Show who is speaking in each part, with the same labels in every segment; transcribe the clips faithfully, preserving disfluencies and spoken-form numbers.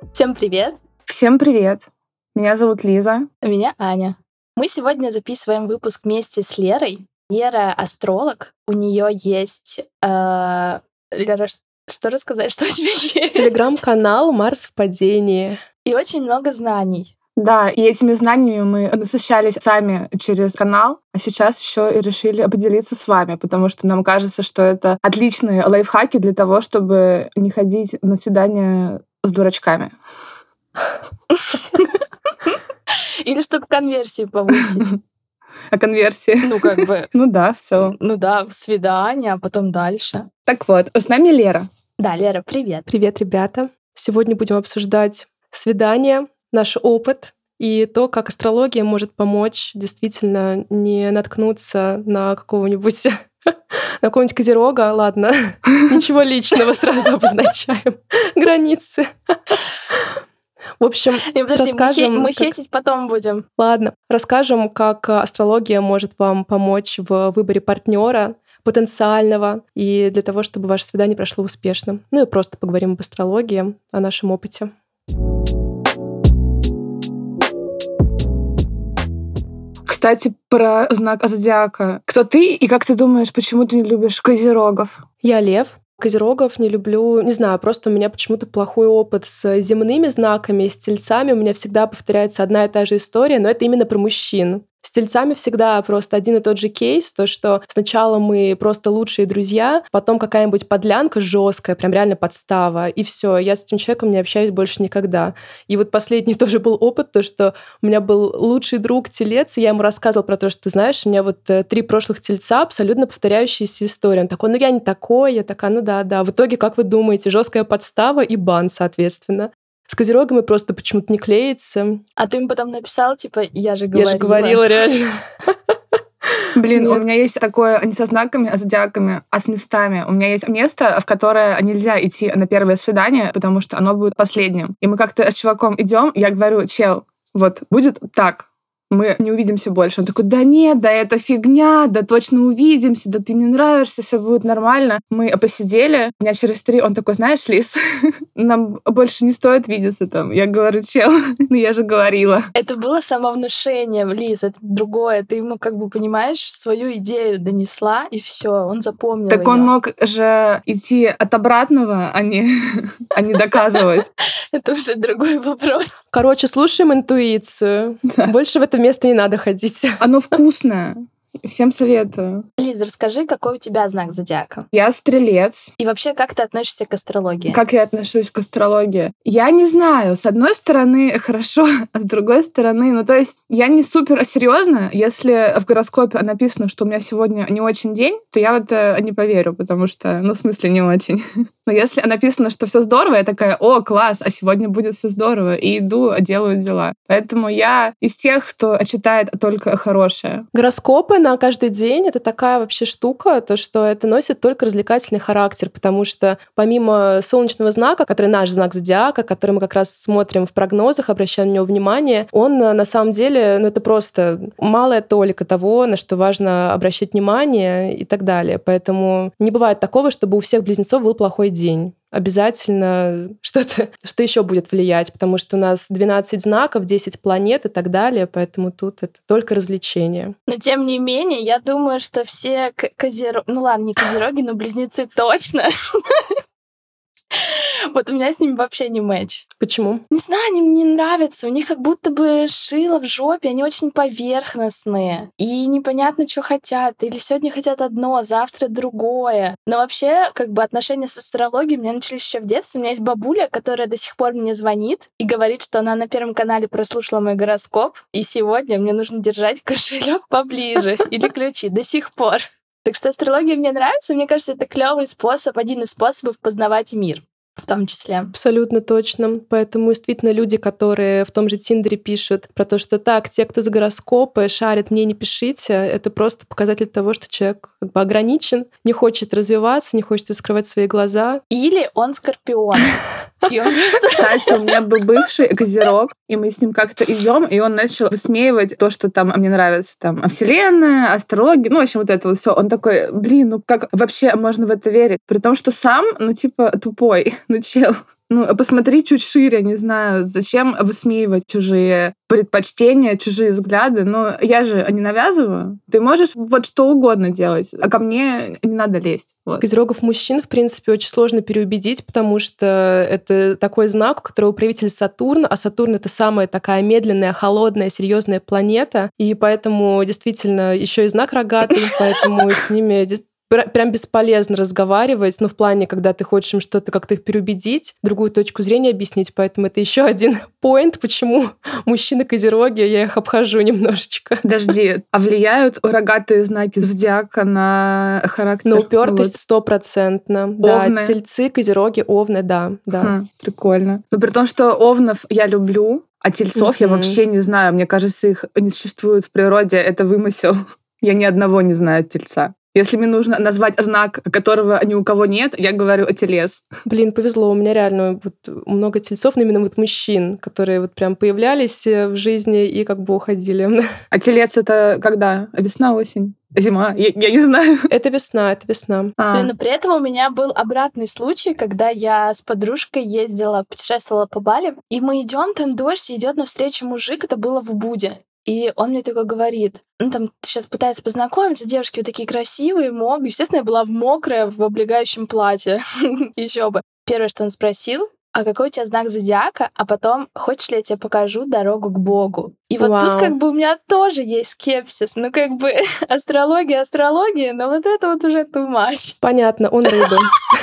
Speaker 1: Всем привет!
Speaker 2: Всем привет! Меня зовут Лиза.
Speaker 1: А меня Аня. Мы сегодня записываем выпуск вместе с Лерой. Лера — астролог. У нее есть... э, Лера, ш- что рассказать, что у тебя есть?
Speaker 3: Телеграм-канал «Марс в падении».
Speaker 1: И очень много знаний.
Speaker 2: Да, и этими знаниями мы насыщались сами через канал, а сейчас еще и решили поделиться с вами, потому что нам кажется, что это отличные лайфхаки для того, чтобы не ходить на свидания с дурачками.
Speaker 1: Или чтобы конверсию повысить.
Speaker 2: О конверсии.
Speaker 1: Ну, как бы...
Speaker 2: Ну да, в целом.
Speaker 1: Ну да, свидание, а потом дальше.
Speaker 2: Так вот, с нами Лера.
Speaker 1: Да, Лера, привет.
Speaker 3: Привет, ребята. Сегодня будем обсуждать свидания, наш опыт и то, как астрология может помочь действительно не наткнуться на какого-нибудь на какого-нибудь козерога. Ладно, ничего личного, сразу обозначаем границы. В общем,
Speaker 1: Не, подожди,
Speaker 3: расскажем...
Speaker 1: мы, хе- мы
Speaker 3: как-
Speaker 1: хейтить потом будем.
Speaker 3: Ладно, расскажем, как астрология может вам помочь в выборе партнера потенциального и для того, чтобы ваше свидание прошло успешно. Ну и просто поговорим об астрологии, о нашем опыте.
Speaker 2: Кстати, про знак зодиака. Кто ты и как ты думаешь, почему ты не любишь козерогов?
Speaker 3: Я лев. Козерогов не люблю, не знаю, просто у меня почему-то плохой опыт с земными знаками, с тельцами. У меня всегда повторяется одна и та же история, но это именно про мужчин. С тельцами всегда просто один и тот же кейс, то, что сначала мы просто лучшие друзья, потом какая-нибудь подлянка жесткая, прям реально подстава, и все, я с этим человеком не общаюсь больше никогда. И вот последний тоже был опыт, то, что у меня был лучший друг телец, и я ему рассказывала про то, что, ты знаешь, у меня вот э, три прошлых тельца, абсолютно повторяющиеся истории. Он такой, ну я не такой, я такая, ну да, да. В итоге, как вы думаете, жесткая подстава и бан, соответственно. С козерогами просто почему-то не клеится.
Speaker 1: А ты им потом написал, типа, я же говорила.
Speaker 3: Я же говорила, реально.
Speaker 2: Блин, у
Speaker 3: Нет.
Speaker 2: меня есть такое не со знаками, а зодиаками, а с местами. У меня есть место, в которое нельзя идти на первое свидание, потому что оно будет последним. И мы как-то с чуваком идем, я говорю, чел, вот будет так, мы не увидимся больше. Он такой, да нет, да это фигня, да точно увидимся, да ты мне нравишься, все будет нормально. Мы посидели, дня через три он такой, знаешь, Лиз, нам больше не стоит видеться там. Я говорю, чел, ну я же говорила.
Speaker 1: Это было самовнушение, Лиз, это другое. Ты ему, как бы, понимаешь, свою идею донесла, и все, он запомнил
Speaker 2: Так он
Speaker 1: её.
Speaker 2: мог же идти от обратного, а не, а не доказывать.
Speaker 1: Это уже другой вопрос.
Speaker 3: Короче, слушаем интуицию.
Speaker 2: Да.
Speaker 3: Больше в это место не надо ходить.
Speaker 2: Оно вкусное. Всем советую.
Speaker 1: Лиз, расскажи, какой у тебя знак зодиака?
Speaker 2: Я стрелец.
Speaker 1: И вообще, как ты относишься к астрологии?
Speaker 2: Как я отношусь к астрологии? Я не знаю. С одной стороны, хорошо, а с другой стороны, ну то есть я не супер серьезно. Если в гороскопе написано, что у меня сегодня не очень день, то я в это не поверю, потому что, ну в смысле, не очень. Но если написано, что все здорово, я такая, о, класс, а сегодня будет все здорово, и иду, делаю дела. Поэтому я из тех, кто читает только хорошее.
Speaker 3: Гороскопы на каждый день — это такая вообще штука, то, что это носит только развлекательный характер, потому что помимо солнечного знака, который наш знак зодиака, который мы как раз смотрим в прогнозах, обращаем на него внимание, он на самом деле, ну это просто малая толика того, на что важно обращать внимание и так далее. Поэтому не бывает такого, чтобы у всех близнецов был плохой день. Обязательно что-то, что еще будет влиять, потому что у нас двенадцать знаков, десять планет и так далее, поэтому тут это только развлечение.
Speaker 1: Но тем не менее, я думаю, что все к- козероги... Ну ладно, не козероги, но близнецы точно. Вот у меня с ними вообще не матч.
Speaker 3: Почему?
Speaker 1: Не знаю, они мне нравятся. У них как будто бы шило в жопе, они очень поверхностные. И непонятно, что хотят. Или сегодня хотят одно, а завтра другое. Но вообще, как бы отношения с астрологией у меня начались еще в детстве. У меня есть бабуля, которая до сих пор мне звонит и говорит, что она на Первом канале прослушала мой гороскоп, и сегодня мне нужно держать кошелек поближе или ключи до сих пор. Так что астрология мне нравится. Мне кажется, это клевый способ, один из способов познавать мир. В том числе.
Speaker 3: Абсолютно точно. Поэтому действительно люди, которые в том же Тиндере пишут про то, что так, те, кто за гороскопы шарит, мне не пишите, это просто показатель того, что человек как бы ограничен, не хочет развиваться, не хочет раскрывать свои глаза.
Speaker 1: Или он скорпион. И он просто...
Speaker 2: Кстати, у меня был бывший козерог, и мы с ним как-то идем, и он начал высмеивать то, что там мне нравится, там, а вселенная, астрология, ну, в общем, вот это вот все. Он такой, блин, ну как вообще можно в это верить? При том, что сам, ну, типа, тупой, ну, чел. Ну, посмотри чуть шире, не знаю, зачем высмеивать чужие предпочтения, чужие взгляды. Ну, я же не навязываю. Ты можешь вот что угодно делать, а ко мне не надо лезть. Вот.
Speaker 3: Козерогов мужчин, в принципе, очень сложно переубедить, потому что это такой знак, у которого правитель Сатурн, а Сатурн — это самая такая медленная, холодная, серьезная планета, и поэтому действительно еще и знак рогатый, поэтому с ними прям бесполезно разговаривать, ну, в плане, когда ты хочешь им что-то как-то их переубедить, другую точку зрения объяснить, поэтому это еще один поинт, почему мужчины-козероги, я их обхожу немножечко.
Speaker 2: Подожди, а влияют рогатые знаки зодиака на характер?
Speaker 3: На упертость стопроцентно. Да, тельцы, козероги, овны, да. да.
Speaker 2: Хм, прикольно. Но при том, что овнов я люблю, а тельцов mm-hmm. я вообще не знаю. Мне кажется, их не существует в природе, это вымысел. Я ни одного не знаю тельца. Если мне нужно назвать знак, которого ни у кого нет, я говорю телец.
Speaker 3: Блин, повезло. У меня реально вот много тельцов, но именно вот мужчин, которые вот прям появлялись в жизни и как бы уходили.
Speaker 2: А телец — это когда? Весна, осень? Зима? Я, я не знаю.
Speaker 3: Это весна, это весна.
Speaker 1: А. Блин, но при этом у меня был обратный случай, когда я с подружкой ездила, путешествовала по Бали, и мы идем, там дождь, и идет навстречу мужик, это было в Убуде. И он мне только говорит, ну там сейчас пытается познакомиться, девушки вот такие красивые, мог. Естественно, я была в мокрая, в облегающем платье. Еще бы. Первое, что он спросил, а какой у тебя знак зодиака? А потом, хочешь ли я тебе покажу дорогу к Богу? И вот
Speaker 3: Вау.
Speaker 1: Тут как бы у меня тоже есть скепсис. Ну как бы астрология, астрология, но вот это вот уже too much.
Speaker 3: Понятно, он рыба.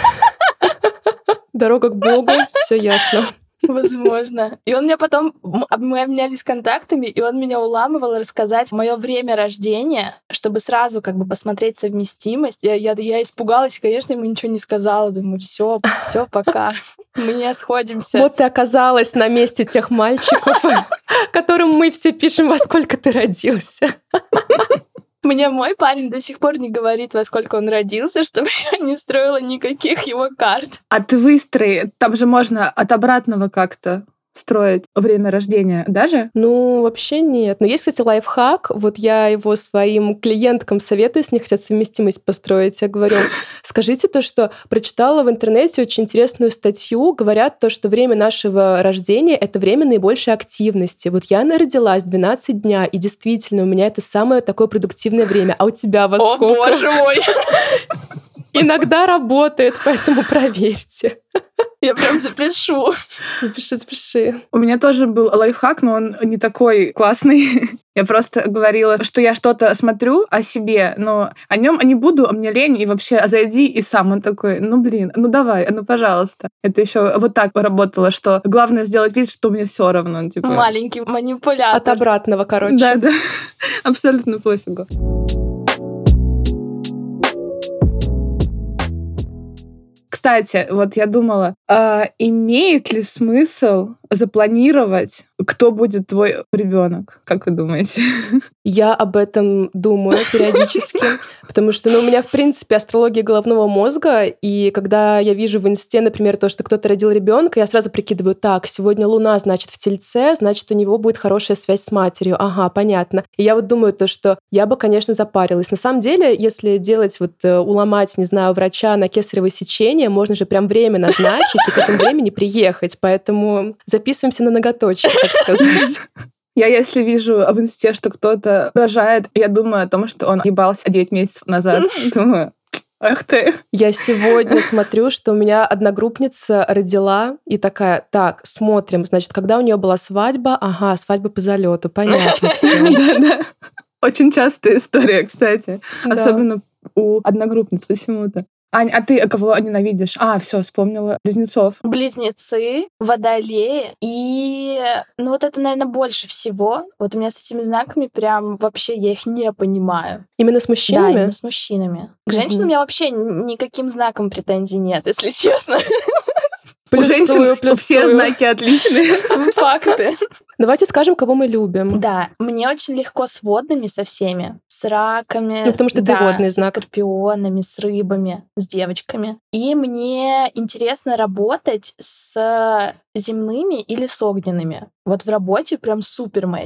Speaker 3: Дорога к Богу, все ясно.
Speaker 1: Возможно. И он мне потом... Мы обменялись контактами, и он меня уламывал рассказать мое время рождения, чтобы сразу как бы посмотреть совместимость. Я, я, я испугалась, и, конечно, ему ничего не сказала. Думаю, все, все, пока. Мы не сходимся.
Speaker 3: Вот ты оказалась на месте тех мальчиков, которым мы все пишем, во сколько ты родился.
Speaker 1: Мне мой парень до сих пор не говорит, во сколько он родился, чтобы я не строила никаких его карт.
Speaker 2: А ты выстрои, там же можно от обратного как-то строить время рождения даже?
Speaker 3: Ну, вообще нет. Но есть, кстати, лайфхак. Вот я его своим клиенткам советую, если они хотят совместимость построить. Я говорю, скажите то, что прочитала в интернете очень интересную статью. Говорят то, что время нашего рождения — это время наибольшей активности. Вот я родилась двенадцать дня, и действительно, у меня это самое такое продуктивное время. А у тебя во сколько?
Speaker 1: О, боже мой!
Speaker 3: Иногда работает, поэтому проверьте.
Speaker 1: Я прям запишу.
Speaker 3: Запиши, запиши.
Speaker 2: У меня тоже был лайфхак, но он не такой классный. Я просто говорила, что я что-то смотрю о себе, но о нем не буду, а мне лень, и вообще зайди и сам. Он такой, ну блин, ну давай, ну пожалуйста. Это еще вот так работало, что главное сделать вид, что мне все равно. Типа...
Speaker 1: Маленький манипулятор.
Speaker 3: От обратного, короче.
Speaker 2: Да-да, абсолютно пофигу. Кстати, вот я думала, а имеет ли смысл запланировать, кто будет твой ребенок? Как вы думаете?
Speaker 3: Я об этом думаю периодически, потому что ну, у меня, в принципе, астрология головного мозга, и когда я вижу в инсте, например, то, что кто-то родил ребенка, я сразу прикидываю, так, сегодня Луна, значит, в Тельце, значит, у него будет хорошая связь с матерью. Ага, понятно. И я вот думаю то, что я бы, конечно, запарилась. На самом деле, если делать вот уломать, не знаю, врача на кесарево сечение, можно же прям время назначить и к этому времени приехать. Поэтому записываемся на ноготочие, так сказать.
Speaker 2: Я, если вижу в инсте, что кто-то рожает, я думаю о том, что он ебался девять месяцев назад. Думаю, ах ты.
Speaker 3: Я сегодня смотрю, что у меня одногруппница родила, и такая, так, смотрим, значит, когда у нее была свадьба, ага, свадьба по залету, понятно все.
Speaker 2: Да-да. Очень частая история, кстати. Особенно у одногруппниц почему-то. Ань, а ты кого ненавидишь? А, все, вспомнила. Близнецов.
Speaker 1: Близнецы, водолеи. И, ну вот это, наверное, больше всего. Вот у меня с этими знаками прям вообще я их не понимаю.
Speaker 3: Именно с мужчинами?
Speaker 1: Да, именно с мужчинами. К женщинам у меня вообще никаким знаком претензий нет, если честно.
Speaker 2: Плюсую, у женщин плюсую. Все знаки отличные.
Speaker 1: Факты.
Speaker 3: Давайте скажем, кого мы любим.
Speaker 1: Да, мне очень легко с водными, со всеми. С раками.
Speaker 3: Ну, потому что
Speaker 1: да,
Speaker 3: ты водный знак.
Speaker 1: С скорпионами, с рыбами, с девочками. И мне интересно работать с земными или с огненными. Вот в работе прям супер матч.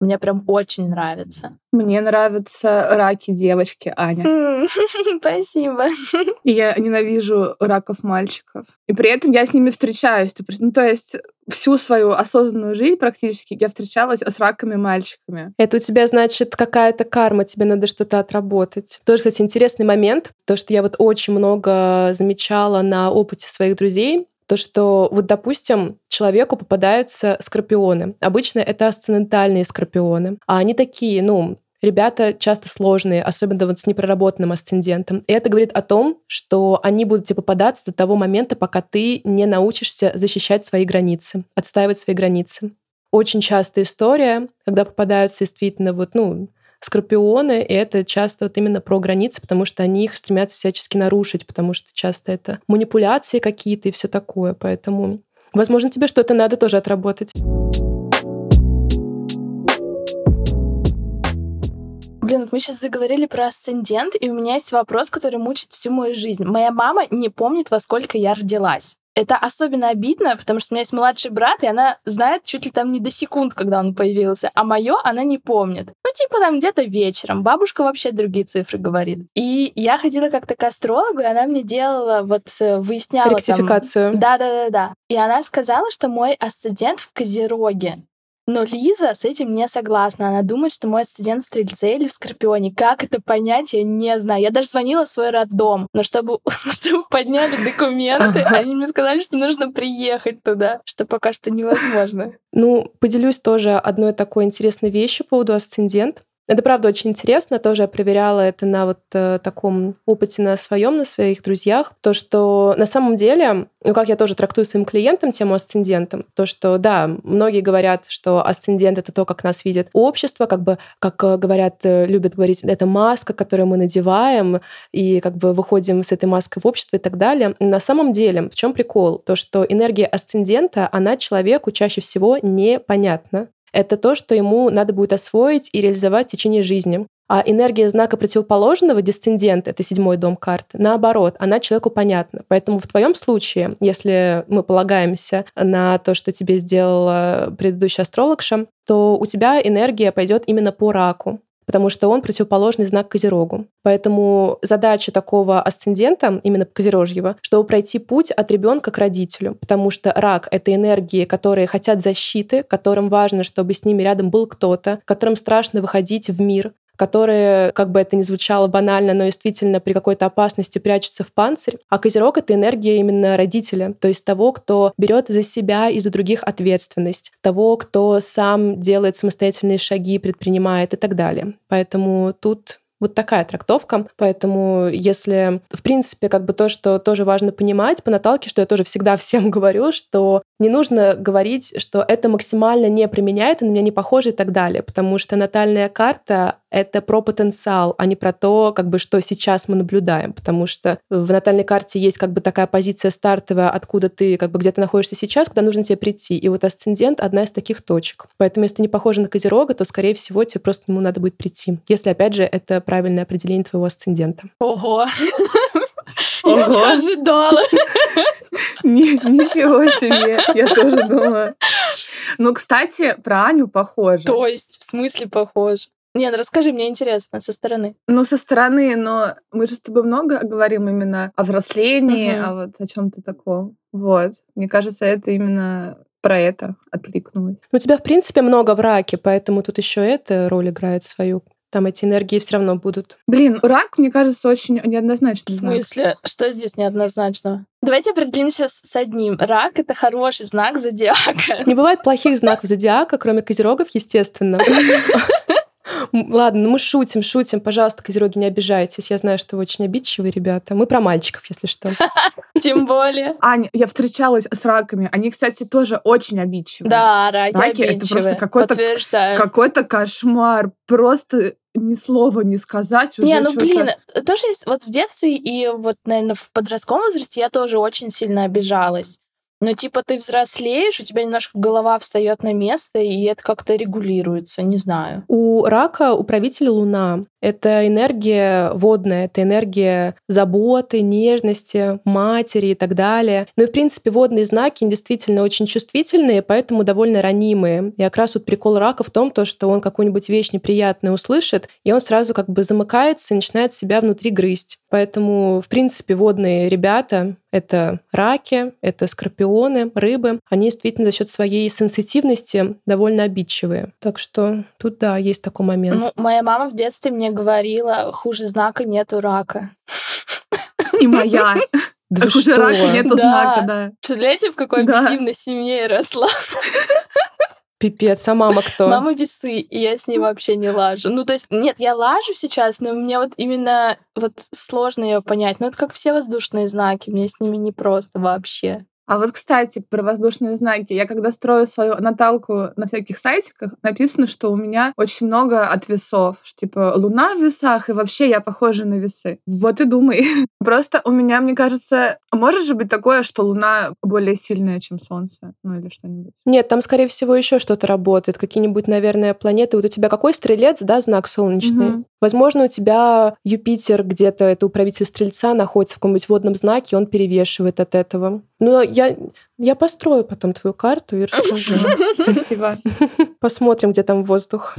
Speaker 1: Мне прям очень нравится.
Speaker 2: Мне нравятся раки девочки, Аня.
Speaker 1: Спасибо.
Speaker 2: И я ненавижу раков мальчиков. И при этом я с ними встречаюсь. Ну, то есть всю свою осознанную жизнь практически я встречалась с раками-мальчиками.
Speaker 3: Это у тебя, значит, какая-то карма, тебе надо что-то отработать. Тоже, кстати, интересный момент, то, что я вот очень много замечала на опыте своих друзей, то, что вот, допустим, человеку попадаются скорпионы. Обычно это асцендентальные скорпионы. А они такие, ну, ребята часто сложные, особенно вот с непроработанным асцендентом. И это говорит о том, что они будут тебе попадаться до того момента, пока ты не научишься защищать свои границы, отстаивать свои границы. Очень частая история, когда попадаются действительно вот, ну, скорпионы, и это часто вот именно про границы, потому что они их стремятся всячески нарушить, потому что часто это манипуляции какие-то и все такое. Поэтому, возможно, тебе что-то надо тоже отработать.
Speaker 1: Блин, мы сейчас заговорили про асцендент, и у меня есть вопрос, который мучит всю мою жизнь. Моя мама не помнит, во сколько я родилась. Это особенно обидно, потому что у меня есть младший брат, и она знает чуть ли там не до секунд, когда он появился, а мое она не помнит. Ну, типа там где-то вечером. Бабушка вообще другие цифры говорит. И я ходила как-то к астрологу, и она мне делала, вот выясняла
Speaker 3: ректификацию.
Speaker 1: Да-да-да-да. И она сказала, что мой асцендент в Козероге. Но Лиза с этим не согласна. Она думает, что мой асцендент в Стрельце или в Скорпионе. Как это понять, я не знаю. Я даже звонила в свой роддом, но чтобы, чтобы подняли документы, ага. Они мне сказали, что нужно приехать туда, что пока что невозможно.
Speaker 3: Ну, поделюсь тоже одной такой интересной вещью по поводу асцендента. Это, правда, очень интересно. Тоже я проверяла это на вот э, таком опыте на своем, на своих друзьях. То, что на самом деле, ну, как я тоже трактую своим клиентам тему асцендента, то, что, да, многие говорят, что асцендент — это то, как нас видит общество, как бы, как говорят, любят говорить, это маска, которую мы надеваем, и как бы выходим с этой маской в общество и так далее. На самом деле, в чем прикол? То, что энергия асцендента, она человеку чаще всего непонятна. Это то, что ему надо будет освоить и реализовать в течение жизни. А энергия знака противоположного, десцендент, это седьмой дом карты, наоборот, она человеку понятна. Поэтому в твоем случае, если мы полагаемся на то, что тебе сделала предыдущая астрологша, то у тебя энергия пойдет именно по раку, потому что он противоположный знак Козерогу. Поэтому задача такого асцендента, именно Козерожьего, чтобы пройти путь от ребенка к родителю, потому что рак — это энергии, которые хотят защиты, которым важно, чтобы с ними рядом был кто-то, которым страшно выходить в мир, которые, как бы это ни звучало банально, но действительно при какой-то опасности прячутся в панцирь. А Козерог — это энергия именно родителя, то есть того, кто берет за себя и за других ответственность, того, кто сам делает самостоятельные шаги, предпринимает и так далее. Поэтому тут вот такая трактовка. Поэтому если, в принципе, как бы то, что тоже важно понимать по наталке, что я тоже всегда всем говорю, что не нужно говорить, что это максимально не про меня, это на меня не похоже и так далее, потому что натальная карта — это про потенциал, а не про то, как бы, что сейчас мы наблюдаем, потому что в натальной карте есть как бы такая позиция стартовая, откуда ты как бы где-то находишься сейчас, куда нужно тебе прийти. И вот асцендент — одна из таких точек. Поэтому если ты не похожа на Козерога, то, скорее всего, тебе просто к нему надо будет прийти. Если, опять же, это правильное определение твоего асцендента.
Speaker 1: Ого! Я не ожидала.
Speaker 2: Ничего себе, я тоже думаю. Ну, кстати, про Аню похоже.
Speaker 1: То есть, в смысле похоже? Нет, расскажи, мне интересно, со стороны.
Speaker 2: Ну, со стороны, но мы же с тобой много говорим именно о взрослении, угу. а вот о чем-то таком. Вот. Мне кажется, это именно про это откликнулось.
Speaker 3: У тебя, в принципе, много в раке, поэтому тут еще эта роль играет свою. Там эти энергии все равно будут.
Speaker 2: Блин, рак, мне кажется, очень неоднозначный.
Speaker 1: В смысле? Знак. Что здесь неоднозначного? Давайте определимся с одним. Рак — это хороший знак зодиака.
Speaker 3: Не бывает плохих знаков зодиака, кроме козерогов, естественно. Ладно, ну мы шутим, шутим. Пожалуйста, козероги, не обижайтесь. Я знаю, что вы очень обидчивые ребята. Мы про мальчиков, если что.
Speaker 1: Тем более.
Speaker 2: Аня, я встречалась с раками. Они, кстати, тоже очень обидчивые.
Speaker 1: Да, раки, раки обидчивые.
Speaker 2: Это просто какой-то, какой-то кошмар. Просто ни слова не сказать. Уже
Speaker 1: не, ну
Speaker 2: что-то...
Speaker 1: блин, тоже есть вот в детстве и вот, наверное, в подростковом возрасте я тоже очень сильно обижалась. Но типа ты взрослеешь, у тебя немножко голова встает на место, и это как-то регулируется, не знаю.
Speaker 3: У рака управителя Луна. Это энергия водная, это энергия заботы, нежности, матери и так далее. Ну и, в принципе, водные знаки действительно очень чувствительные, поэтому довольно ранимые. И как раз вот прикол рака в том, то, что он какую-нибудь вещь неприятную услышит, и он сразу как бы замыкается и начинает себя внутри грызть. Поэтому, в принципе, водные ребята — это раки, это скорпионы, рыбы. Они действительно за счет своей сенситивности довольно обидчивые. Так что тут, да, есть такой момент.
Speaker 1: Ну, моя мама в детстве мне говорила, хуже знака нету рака.
Speaker 2: И моя.
Speaker 3: Да
Speaker 2: Хуже
Speaker 3: что?
Speaker 2: рака нету знака, да.
Speaker 1: Представляете, в какой
Speaker 2: Да.
Speaker 1: абьюзивной семье я росла?
Speaker 3: Пипец, а мама кто?
Speaker 1: Мама весы, и я с ней вообще не лажу. Ну, то есть, нет, я лажу сейчас, но мне вот именно вот сложно ее понять. Ну, это как все воздушные знаки, мне с ними непросто вообще.
Speaker 2: А вот, кстати, про воздушные знаки. Я когда строю свою наталку на всяких сайтиках, написано, что у меня очень много от весов. Что, типа, луна в весах, и вообще я похожа на весы. Вот и думай. Просто у меня, мне кажется, может же быть такое, что луна более сильная, чем солнце? Ну или что-нибудь.
Speaker 3: Нет, там, скорее всего, еще что-то работает. Какие-нибудь, наверное, планеты. Вот у тебя какой стрелец, да, знак солнечный?
Speaker 2: Мгм.
Speaker 3: Возможно, у тебя Юпитер где-то, это управитель Стрельца, находится в каком-нибудь водном знаке, он перевешивает от этого. Но я, я построю потом твою карту и расскажу.
Speaker 2: Спасибо.
Speaker 3: Посмотрим, где там воздух.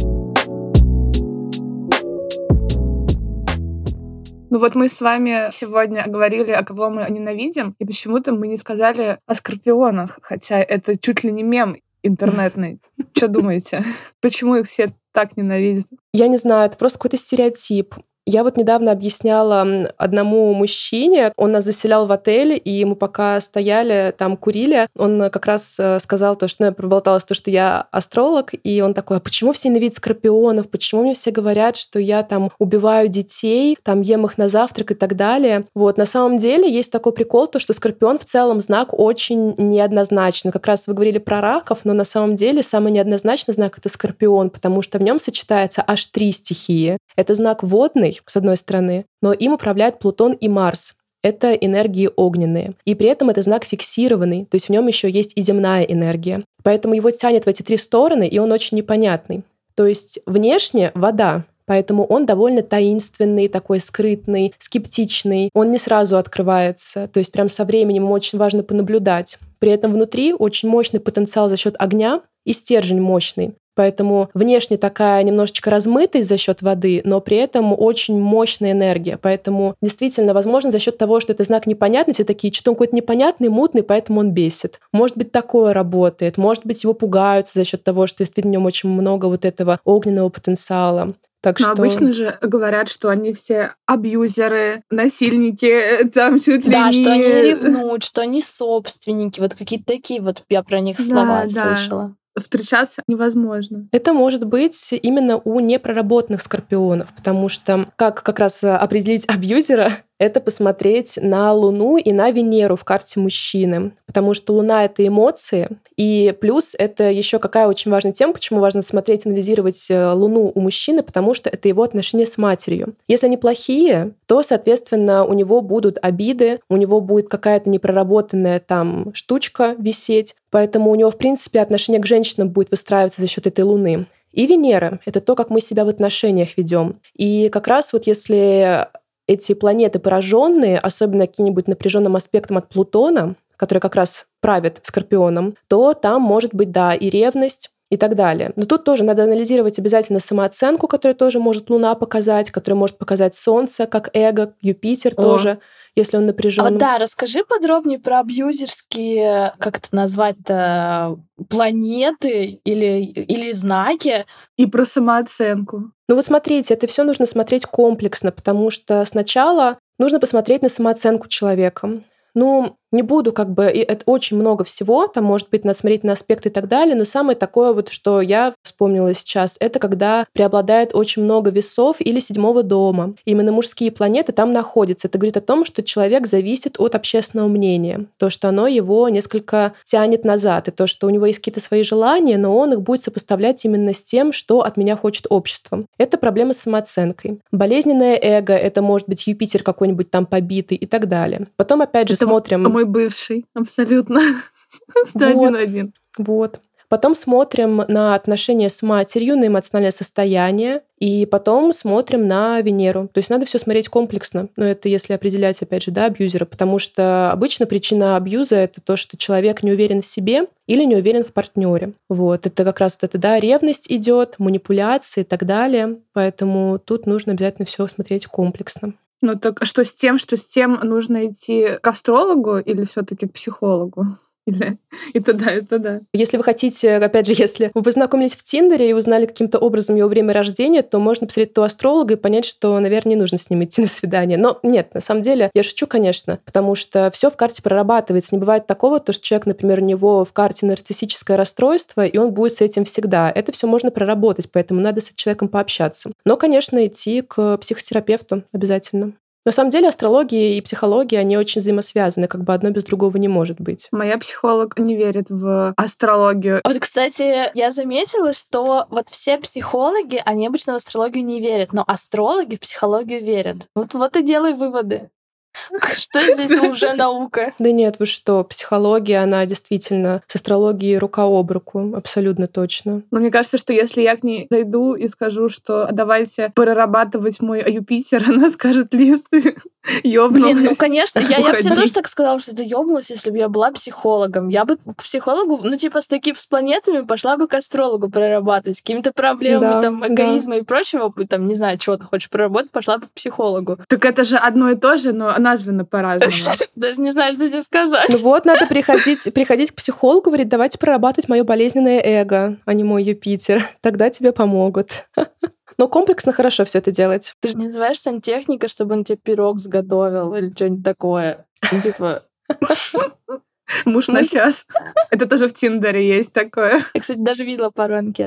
Speaker 2: Ну вот мы с вами сегодня говорили, о кого мы ненавидим, и почему-то мы не сказали о скорпионах, хотя это чуть ли не мем интернетный. Что думаете? Почему их все так ненавидят?
Speaker 3: Я не знаю, это просто какой-то стереотип. Я вот недавно объясняла одному мужчине, он нас заселял в отель, и мы пока стояли, там курили, он как раз сказал то, что ну, я проболталась, то, что я астролог, и он такой, а почему все ненавидят скорпионов, почему мне все говорят, что я там убиваю детей, там ем их на завтрак и так далее. Вот, на самом деле есть такой прикол, то, что скорпион в целом знак очень неоднозначный. Как раз вы говорили про раков, но на самом деле самый неоднозначный знак — это скорпион, потому что в нем сочетается аж три стихии. Это знак водный, с одной стороны, но им управляют Плутон и Марс. Это энергии огненные. И при этом это знак фиксированный, то есть в нем еще есть и земная энергия. Поэтому его тянет в эти три стороны, и он очень непонятный. То есть внешне вода, поэтому он довольно таинственный, такой скрытный, скептичный. Он не сразу открывается, то есть прям со временем ему очень важно понаблюдать. При этом внутри очень мощный потенциал за счет огня и стержень мощный. Поэтому внешне такая немножечко размытость за счет воды, но при этом очень мощная энергия. Поэтому действительно, возможно, за счет того, что это знак непонятный, все такие, что он какой-то непонятный, мутный, поэтому он бесит. Может быть, такое работает. Может быть, его пугаются за счет того, что действительно в нем очень много вот этого огненного потенциала. Так
Speaker 2: Но
Speaker 3: что...
Speaker 2: обычно же говорят, что они все абьюзеры, насильники, там чуть ли
Speaker 1: Да,
Speaker 2: не...
Speaker 1: что они ревнуют, что они собственники. Вот какие-то такие вот я про них слова
Speaker 2: Да, да.
Speaker 1: слышала.
Speaker 2: Встречаться невозможно.
Speaker 3: Это может быть именно у непроработанных скорпионов, потому что как как раз определить абьюзера — это посмотреть на Луну и на Венеру в карте мужчины, потому что Луна — это эмоции, и плюс это еще какая очень важная тема, почему важно смотреть, анализировать Луну у мужчины, потому что это его отношения с матерью. Если они плохие, то, соответственно, у него будут обиды, у него будет какая-то непроработанная там штучка висеть, поэтому у него, в принципе, отношение к женщинам будет выстраиваться за счет этой Луны. И Венера — это то, как мы себя в отношениях ведем. И как раз вот если эти планеты пораженные, особенно каким-нибудь напряженным аспектом от Плутона, который как раз правит Скорпионом, то там может быть, да, и ревность, и так далее. Но тут тоже надо анализировать обязательно самооценку, которую тоже может Луна показать, которую может показать Солнце, как эго, Юпитер
Speaker 2: О.
Speaker 3: тоже, если он напряжен.
Speaker 1: А вот да, расскажи подробнее про абьюзерские, как это назвать-то, планеты или, или знаки.
Speaker 2: И про самооценку.
Speaker 3: Ну вот смотрите, это все нужно смотреть комплексно, потому что сначала нужно посмотреть на самооценку человека. Ну, не буду как бы... И это очень много всего, там, может быть, надо смотреть на аспекты и так далее, но самое такое вот, что я вспомнила сейчас, это когда преобладает очень много весов или седьмого дома. Именно мужские планеты там находятся. Это говорит о том, что человек зависит от общественного мнения. То, что оно его несколько тянет назад, и то, что у него есть какие-то свои желания, но он их будет сопоставлять именно с тем, что от меня хочет общество. Это проблема с самооценкой. Болезненное эго — это может быть Юпитер какой-нибудь там побитый и так далее. Потом, опять же,
Speaker 2: Это
Speaker 3: смотрим...
Speaker 2: мой бывший, абсолютно. Сто один один.
Speaker 3: Вот. Потом смотрим на отношения с матерью, на эмоциональное состояние. И потом смотрим на Венеру. То есть надо все смотреть комплексно. Но это если определять, опять же, да, абьюзера. Потому что обычно причина абьюза — это то, что человек не уверен в себе или не уверен в партнере. Вот. Это как раз вот это, да, ревность идет, манипуляции и так далее. Поэтому тут нужно обязательно все смотреть комплексно.
Speaker 2: Ну так что с тем, что с тем нужно идти к астрологу или все-таки к психологу? Или и туда, и туда.
Speaker 3: Если вы хотите, опять же, если вы познакомились в Тиндере и узнали каким-то образом его время рождения, то можно посмотреть то астролога и понять, что, наверное, не нужно с ним идти на свидание. Но нет, на самом деле, я шучу, конечно, потому что все в карте прорабатывается. Не бывает такого, то, что человек, например, у него в карте нарциссическое расстройство, и он будет с этим всегда. Это все можно проработать, поэтому надо с человеком пообщаться. Но, конечно, идти к психотерапевту обязательно. На самом деле астрология и психология, они очень взаимосвязаны, как бы одно без другого не может быть.
Speaker 2: Моя психолог не верит в астрологию.
Speaker 1: Вот, кстати, я заметила, что вот все психологи, они обычно в астрологию не верят, но астрологи в психологию верят. Вот, вот и делай выводы. Что здесь уже наука?
Speaker 3: Да нет, вы что, психология, она действительно с астрологией рука об руку, абсолютно точно.
Speaker 2: Но мне кажется, что если я к ней зайду и скажу, что давайте прорабатывать мой Юпитер, она скажет: Лиз, ты ёбнулась.
Speaker 1: Блин, ну, конечно, я, я бы тебе тоже так сказала, что ты ёбнулась, если бы я была психологом. Я бы к психологу, ну, типа, с такими с планетами пошла бы к астрологу прорабатывать, с какими-то проблемами,
Speaker 3: Да,
Speaker 1: там, эгоизма да. и прочего, там, не знаю, чего ты хочешь проработать, пошла бы к психологу.
Speaker 2: Так это же одно и то же, но названо по-разному.
Speaker 1: Даже не знаю, что тебе сказать.
Speaker 3: Ну вот, надо приходить, приходить к психологу, говорить: давайте прорабатывать мое болезненное эго, а не мой Юпитер. Тогда тебе помогут. Но комплексно хорошо все это делать.
Speaker 1: Ты же не называешь сантехника, чтобы он тебе пирог сготовил или что-нибудь такое. Ну, типа...
Speaker 2: Муж на час. Это тоже в Тиндере есть такое.
Speaker 1: Я, кстати, даже видела пару анкет.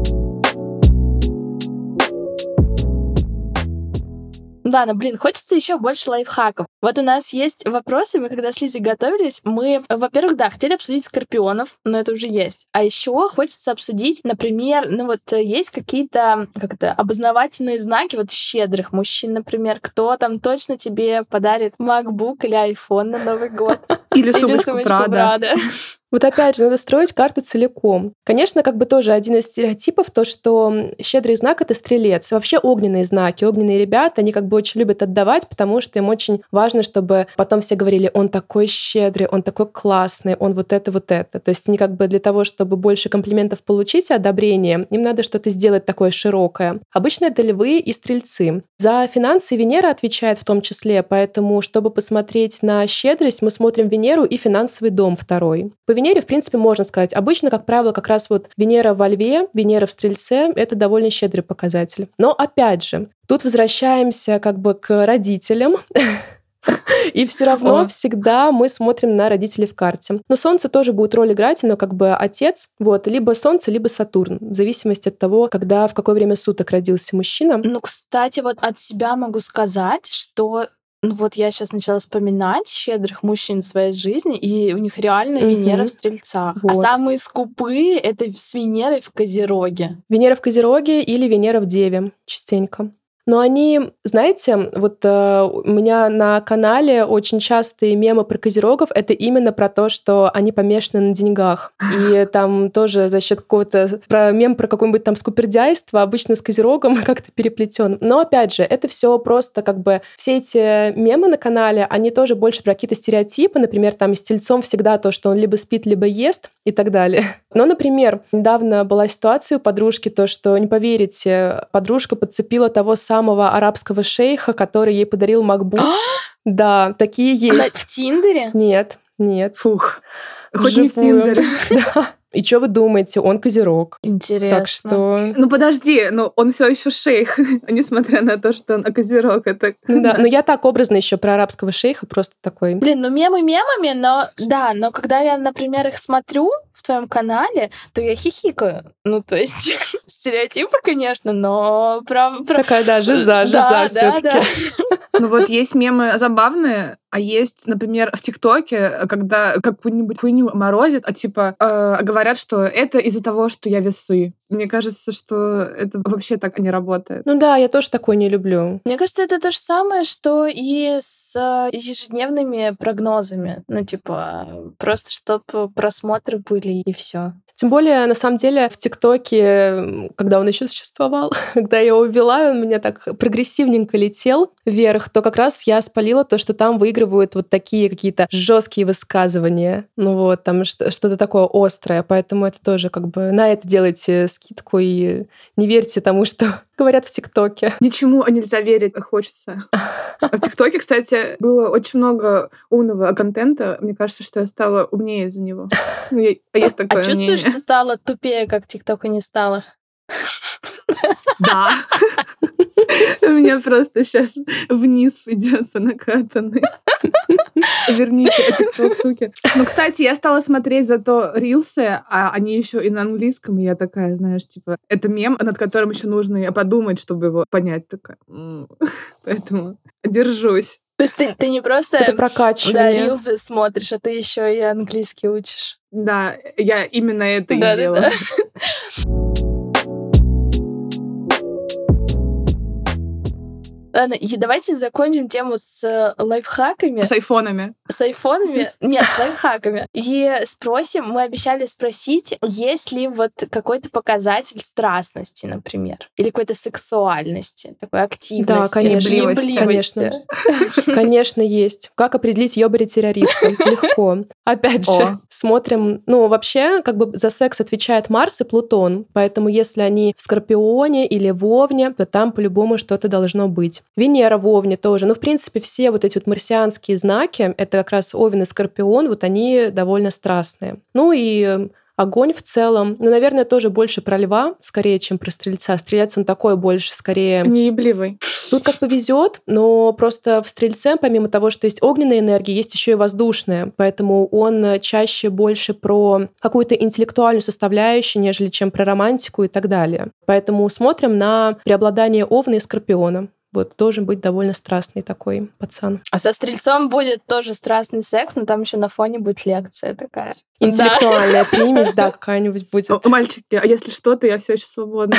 Speaker 1: Ладно, блин, хочется еще больше лайфхаков. Вот у нас есть вопросы, мы когда с Лизой готовились, мы, во-первых, да, хотели обсудить скорпионов, но это уже есть. А еще хочется обсудить, например, ну вот есть какие-то, как это, обознавательные знаки вот щедрых мужчин, например, кто там точно тебе подарит MacBook или iPhone на Новый год.
Speaker 2: Или сумочку Прада.
Speaker 3: Вот опять же, надо строить карту целиком. Конечно, как бы тоже один из стереотипов, то, что щедрый знак — это стрелец. Вообще огненные знаки, огненные ребята, они как бы очень любят отдавать, потому что им очень важно, чтобы потом все говорили: он такой щедрый, он такой классный, он вот это, вот это. То есть они как бы для того, чтобы больше комплиментов получить и одобрения, им надо что-то сделать такое широкое. Обычно это львы и стрельцы. За финансы Венера отвечает в том числе, поэтому, чтобы посмотреть на щедрость, мы смотрим Венеру и финансовый дом второй. По Венере, в принципе, можно сказать. Обычно, как правило, как раз вот Венера во Льве, Венера в Стрельце — это довольно щедрый показатель. Но опять же, тут возвращаемся как бы к родителям. И все равно О. всегда мы смотрим на родителей в карте. Но Солнце тоже будет роль играть, но как бы отец, вот, либо Солнце, либо Сатурн, в зависимости от того, когда, в какое время суток родился мужчина.
Speaker 1: Ну, кстати, вот от себя могу сказать, что ну вот я сейчас начала вспоминать щедрых мужчин в своей жизни, и у них реально mm-hmm. Венера в Стрельцах. Вот. А самые скупые — это с Венерой в Козероге.
Speaker 3: Венера в Козероге или Венера в Деве частенько. Но они, знаете, вот э, у меня на канале очень частые мемы про козерогов — это именно про то, что они помешаны на деньгах. И там тоже за счет какого-то... Про мем про какое-нибудь там скупердяйство обычно с козерогом как-то переплетен. Но опять же, это все просто как бы... Все эти мемы на канале, они тоже больше про какие-то стереотипы. Например, там с тельцом всегда то, что он либо спит, либо ест и так далее. Но, например, недавно была ситуация у подружки, то, что, не поверите, подружка подцепила того самого арабского шейха, который ей подарил MacBook. Да, такие есть.
Speaker 1: Она в Тиндере?
Speaker 3: Нет, нет.
Speaker 2: Фух, хоть не в Тиндере.
Speaker 3: И что вы думаете? Он козерог.
Speaker 1: Интересно.
Speaker 3: Так что...
Speaker 2: Ну подожди, но он все еще шейх, несмотря на то, что он козерог. Это...
Speaker 3: Ну, да, но я так образно еще про арабского шейха просто такой.
Speaker 1: Блин, ну мемы мемами, но да, но когда я, например, их смотрю в твоем канале, то я хихикаю. Ну, то есть стереотипы, конечно, но... Прав...
Speaker 3: Такая, да, жиза, жиза
Speaker 1: да,
Speaker 3: всё-таки.
Speaker 1: Да, да.
Speaker 2: Ну вот есть мемы забавные, а есть, например, в ТикТоке, когда какую-нибудь хуйню морозят, а типа э, говорят, что это из-за того, что я весы. Мне кажется, что это вообще так не работает.
Speaker 3: Ну да, я тоже такое не люблю.
Speaker 1: Мне кажется, это то же самое, что и с ежедневными прогнозами. Ну, типа, просто чтобы просмотры были, и все.
Speaker 3: Тем более, на самом деле, в ТикТоке, когда он еще существовал, когда я его ввела, он у меня так прогрессивненько летел вверх, то как раз я спалила то, что там выигрывают вот такие какие-то жесткие высказывания. Ну вот, там что-то такое острое. Поэтому это тоже как бы на это делайте скидку и не верьте тому, что говорят в ТикТоке.
Speaker 2: Ничему нельзя верить, хочется. А в ТикТоке, кстати, было очень много умного контента. Мне кажется, что я стала умнее из-за него. Есть такое
Speaker 1: А чувствуешь, что стала тупее, как ТикТока не стало?
Speaker 2: Да. У меня просто сейчас вниз идет по накатанной. Верните ТикТок, суки. Ну, кстати, я стала смотреть зато рилсы, а они еще и на английском, и я такая, знаешь, типа, это мем, над которым еще нужно подумать, чтобы его понять. Такая. Поэтому держусь.
Speaker 1: То есть ты, ты не просто
Speaker 3: это прокачивание.
Speaker 1: Да, рилсы смотришь, а ты еще и английский учишь.
Speaker 2: Да, я именно это
Speaker 1: да,
Speaker 2: и
Speaker 1: да,
Speaker 2: делаю.
Speaker 1: Да. Ладно, и давайте закончим тему с лайфхаками.
Speaker 2: С айфонами.
Speaker 1: С айфонами? Нет, с лайфхаками. И спросим, мы обещали спросить, есть ли вот какой-то показатель страстности, например, или какой-то сексуальности, такой активности.
Speaker 3: Да, конечно,
Speaker 1: ёбливости.
Speaker 3: конечно. Конечно, есть. Как определить ёбаря-террориста? Легко. Опять же, смотрим... Ну, вообще, как бы за секс отвечает Марс и Плутон, поэтому если они в Скорпионе или в Овне, то там по-любому что-то должно быть. Венера в Овне тоже. Ну, в принципе, все вот эти вот марсианские знаки, это как раз Овен и Скорпион, вот они довольно страстные. Ну и огонь в целом, ну, наверное, тоже больше про льва, скорее, чем про стрельца. Стрелец, он такой больше, скорее...
Speaker 2: Неебливый.
Speaker 3: Тут как повезет, но просто в стрельце, помимо того, что есть огненная энергия, есть еще и воздушная, поэтому он чаще больше про какую-то интеллектуальную составляющую, нежели чем про романтику и так далее. Поэтому смотрим на преобладание Овна и Скорпиона. Вот, должен быть довольно страстный такой пацан.
Speaker 1: А со стрельцом будет тоже страстный секс, но там еще на фоне будет лекция такая.
Speaker 3: Интеллектуальная да. примесь, да, какая-нибудь будет.
Speaker 2: О, мальчики, а если что, то я все еще свободна.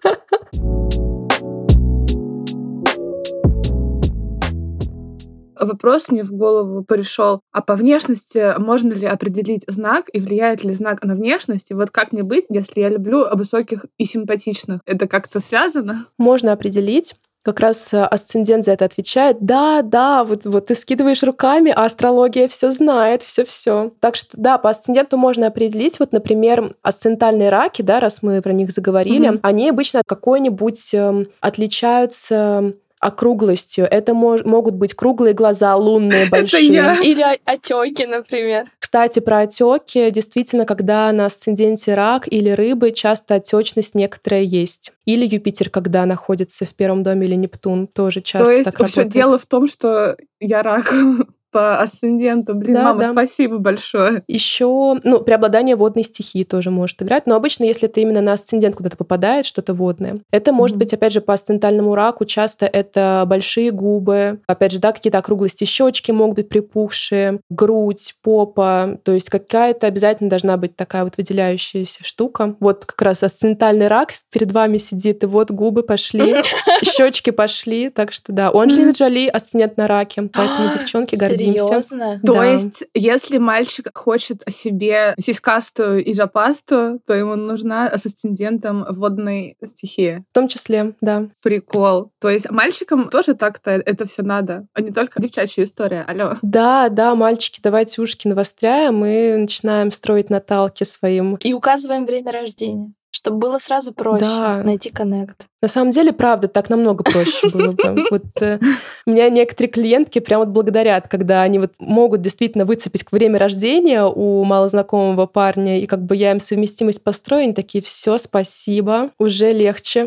Speaker 2: Вопрос мне в голову пришел: а по внешности можно ли определить знак, и влияет ли знак на внешность? И вот как мне быть, если я люблю высоких и симпатичных? Это как-то связано?
Speaker 3: Можно определить. Как раз асцендент за это отвечает. Да, да, вот, вот ты скидываешь руками, а астрология все знает, все-все. Так что да, по асценденту можно определить. Вот, например, асцендентальные раки, да, раз мы про них заговорили, mm-hmm. они обычно какой-нибудь э, отличаются округлостью. Это мож- могут быть круглые глаза, лунные, большие.
Speaker 1: Или отеки, например.
Speaker 3: Кстати, про отеки. Действительно, когда на асценденте рак или рыбы, часто отечность некоторая есть. Или Юпитер, когда находится в первом доме, или Нептун, тоже часто
Speaker 2: так работает. То есть
Speaker 3: все
Speaker 2: дело в том, что я рак по асценденту. Блин, да, мама, да. спасибо большое.
Speaker 3: Еще, ну, преобладание водной стихии тоже может играть, но обычно, если это именно на асцендент куда-то попадает, что-то водное. Это может mm-hmm. быть, опять же, по асцендентальному раку часто это большие губы, опять же, да, какие-то округлости, щечки могут быть припухшие, грудь, попа, то есть какая-то обязательно должна быть такая вот выделяющаяся штука. Вот как раз асцендентальный рак перед вами сидит, и вот губы пошли, щечки пошли, так что да, у Анджелины Джоли асцендент на раке, поэтому, девчонки, гордимся.
Speaker 1: Серьезно?
Speaker 2: То
Speaker 3: да.
Speaker 2: есть, если мальчик хочет о себе сиськастую и жопастую, то ему нужна с асцендентом водной стихии.
Speaker 3: В том числе, да.
Speaker 2: Прикол. То есть мальчикам тоже так-то это все надо, а не только девчачья история. Алло.
Speaker 3: Да, да, мальчики, давайте ушки навостряем и начинаем строить наталки своим.
Speaker 1: И указываем время рождения, чтобы было сразу проще да. найти коннект.
Speaker 3: На самом деле, правда, так намного проще было бы. Вот э, у меня некоторые клиентки прям вот благодарят, когда они вот могут действительно выцепить время рождения у малознакомого парня, и как бы я им совместимость построю, они такие: все, спасибо, уже легче.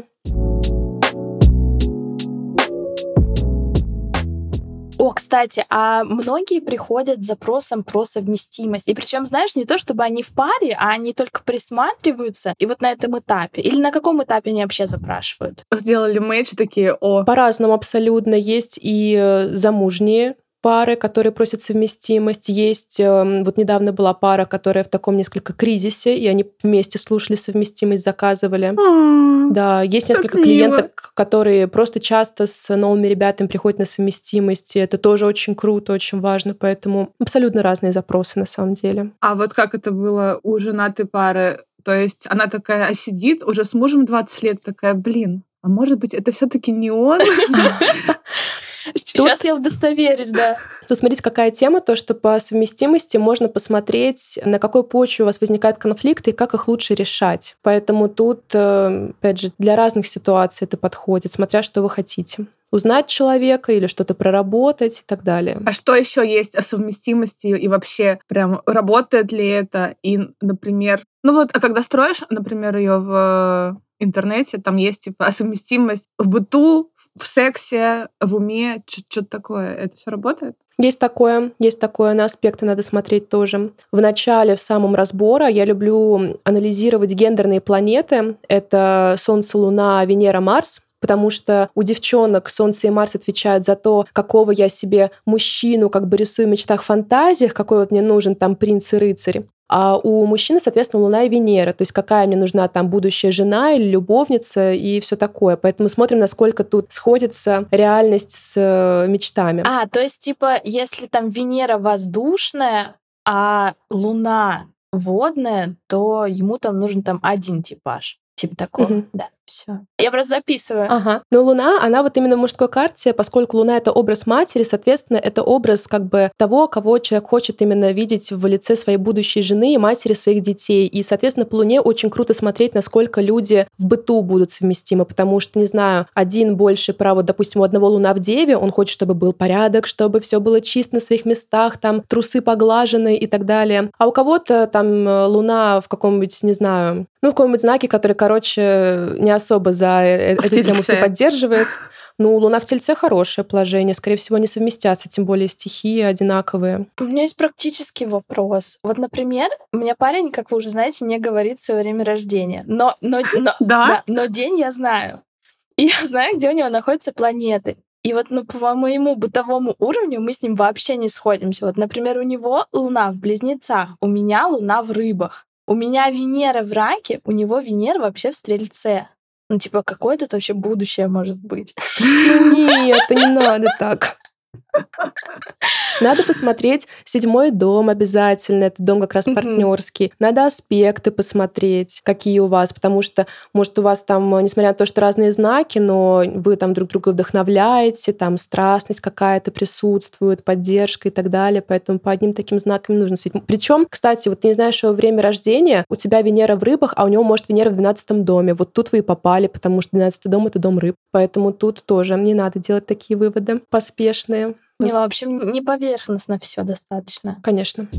Speaker 1: О, кстати, а многие приходят с запросом про совместимость. И причем, знаешь, не то, чтобы они в паре, а они только присматриваются. И вот на этом этапе. Или на каком этапе они вообще запрашивают?
Speaker 2: Сделали мэч, такие: о.
Speaker 3: По-разному абсолютно. Есть и замужние пары, которые просят совместимость. Есть, вот недавно была пара, которая в таком несколько кризисе, и они вместе слушали совместимость, заказывали.
Speaker 2: А-а-а,
Speaker 3: да, есть несколько клиенток, которые просто часто с новыми ребятами приходят на совместимость, и это тоже очень круто, очень важно, поэтому абсолютно разные запросы на самом деле.
Speaker 2: А вот как это было у женатой пары? То есть она такая сидит уже с мужем двадцать лет, такая, блин, а может быть, это все-таки не он?
Speaker 1: Сейчас я удостоверюсь, да.
Speaker 3: Тут смотрите, какая тема, то, что по совместимости можно посмотреть, на какой почве у вас возникают конфликты и как их лучше решать. Поэтому тут, опять же, для разных ситуаций это подходит, смотря что вы хотите. Узнать человека или что-то проработать и так далее.
Speaker 2: А что еще есть о совместимости и вообще прям работает ли это? И, например, ну вот, а когда строишь, например, ее в интернете, там есть типа совместимость в быту, в сексе, в уме, что-то такое. Это все работает?
Speaker 3: Есть такое, есть такое, на аспекты надо смотреть тоже. В начале, в самом разбора, я люблю анализировать гендерные планеты. Это Солнце, Луна, Венера, Марс. Потому что у девчонок Солнце и Марс отвечают за то, какого я себе мужчину как бы рисую в мечтах, фантазиях, какой вот мне нужен там принц и рыцарь. А у мужчины, соответственно, Луна и Венера, то есть какая мне нужна там будущая жена или любовница и все такое. Поэтому смотрим, насколько тут сходится реальность с мечтами.
Speaker 1: А, то есть, типа, если там Венера воздушная, а Луна водная, то ему там нужен там один типаж. Типа такого, угу. Да, все. Я просто записываю.
Speaker 3: Ага. Но Луна, она вот именно в мужской карте, поскольку Луна — это образ матери, соответственно, это образ как бы того, кого человек хочет именно видеть в лице своей будущей жены и матери своих детей. И, соответственно, по Луне очень круто смотреть, насколько люди в быту будут совместимы, потому что, не знаю, один больше про, вот, допустим, у одного Луна в Деве, он хочет, чтобы был порядок, чтобы все было чисто на своих местах, там трусы поглажены и так далее. А у кого-то там Луна в каком-нибудь, не знаю, ну, в каком-нибудь знаке, который, короче, не особо за эту тему все поддерживает. Ну, Луна в Тельце — хорошее положение. Скорее всего, не совместятся, тем более стихии одинаковые.
Speaker 1: У меня есть практический вопрос. Вот, например, у меня парень, как вы уже знаете, не говорит свое время рождения. Но, но, но,
Speaker 2: да?
Speaker 1: Да, но день я знаю. И я знаю, где у него находятся планеты. И вот ну, по моему бытовому уровню мы с ним вообще не сходимся. Вот, например, у него Луна в Близнецах, у меня Луна в Рыбах. У меня Венера в Раке, у него Венера вообще в Стрельце. Ну, типа, какое тут вообще будущее может быть?
Speaker 3: Ну нет, это не надо так. Надо посмотреть седьмой дом обязательно. Это дом как раз партнерский. Надо аспекты посмотреть, какие у вас, потому что, может, у вас там, несмотря на то, что разные знаки, но вы там друг друга вдохновляете, там страстность какая-то присутствует, поддержка и так далее. Поэтому по одним таким знакам нужно судить. Причем, кстати, вот ты не знаешь его время рождения, у тебя Венера в Рыбах, а у него, может, Венера в двенадцатом доме. Вот тут вы и попали, потому что двенадцатый дом — это дом рыб. Поэтому тут тоже не надо делать такие выводы поспешные.
Speaker 1: Не, в общем, не поверхностно все достаточно.
Speaker 3: Конечно.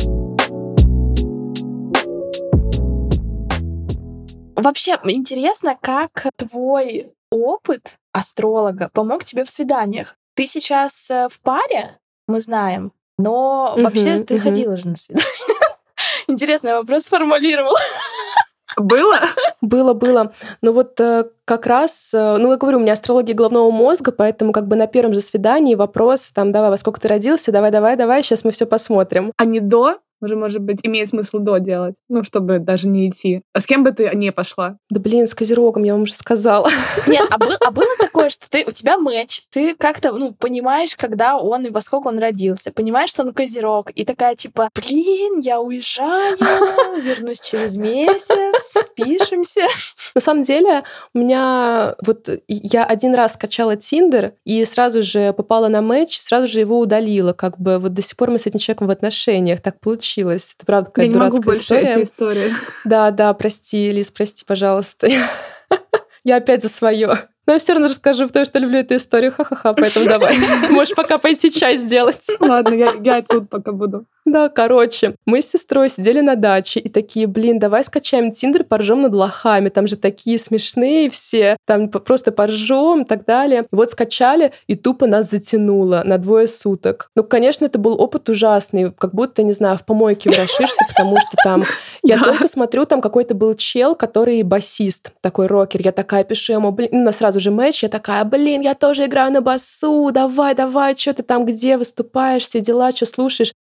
Speaker 1: Вообще, интересно, как твой опыт астролога помог тебе в свиданиях? Ты сейчас в паре, мы знаем, но uh-huh, вообще ты uh-huh. ходила же на свидание. Интересный вопрос сформулировала.
Speaker 2: Было?
Speaker 3: Было, было. Но вот как раз, ну, я говорю, у меня астрология головного мозга, поэтому как бы на первом же свидании вопрос, там, давай, во сколько ты родился, давай, давай, давай, сейчас мы все посмотрим.
Speaker 2: А не до? Уже, может быть, имеет смысл до делать, ну, чтобы даже не идти. А с кем бы ты не пошла?
Speaker 3: Да блин, с Козерогом, я вам уже сказала.
Speaker 1: Нет, а, был, а было такое, что ты, у тебя матч, ты как-то, ну, понимаешь, когда он и во сколько он родился, понимаешь, что он Козерог, и такая, типа, блин, я уезжаю, вернусь через месяц, спишемся.
Speaker 3: На самом деле, у меня вот я один раз скачала Тиндер и сразу же попала на матч, сразу же его удалила, как бы вот до сих пор мы с этим человеком в отношениях, так получилось. Это правда какая-то дурацкая история.
Speaker 2: Я не могу больше эти истории.
Speaker 3: Да, да, прости, Лиз, прости, пожалуйста. Я опять за свое. Но я все равно расскажу, потому что люблю эту историю. Ха-ха-ха, поэтому давай. Можешь пока пойти чай сделать.
Speaker 2: Ладно, я, я тут пока буду.
Speaker 3: Да, короче, мы с сестрой сидели на даче и такие, блин, давай скачаем Тиндер, поржем над лохами. Там же такие смешные все, там просто поржем и так далее. И вот скачали, и тупо нас затянуло на двое суток. Ну, конечно, это был опыт ужасный, как будто, не знаю, в помойке ворошишься, потому что там... Я только смотрю, там какой-то был чел, который басист, такой рокер. Я такая пишу ему, блин, ну, сразу же матч, я такая, блин, я тоже играю на басу, давай, давай, что ты там, где выступаешь, все дела, что слушаешь.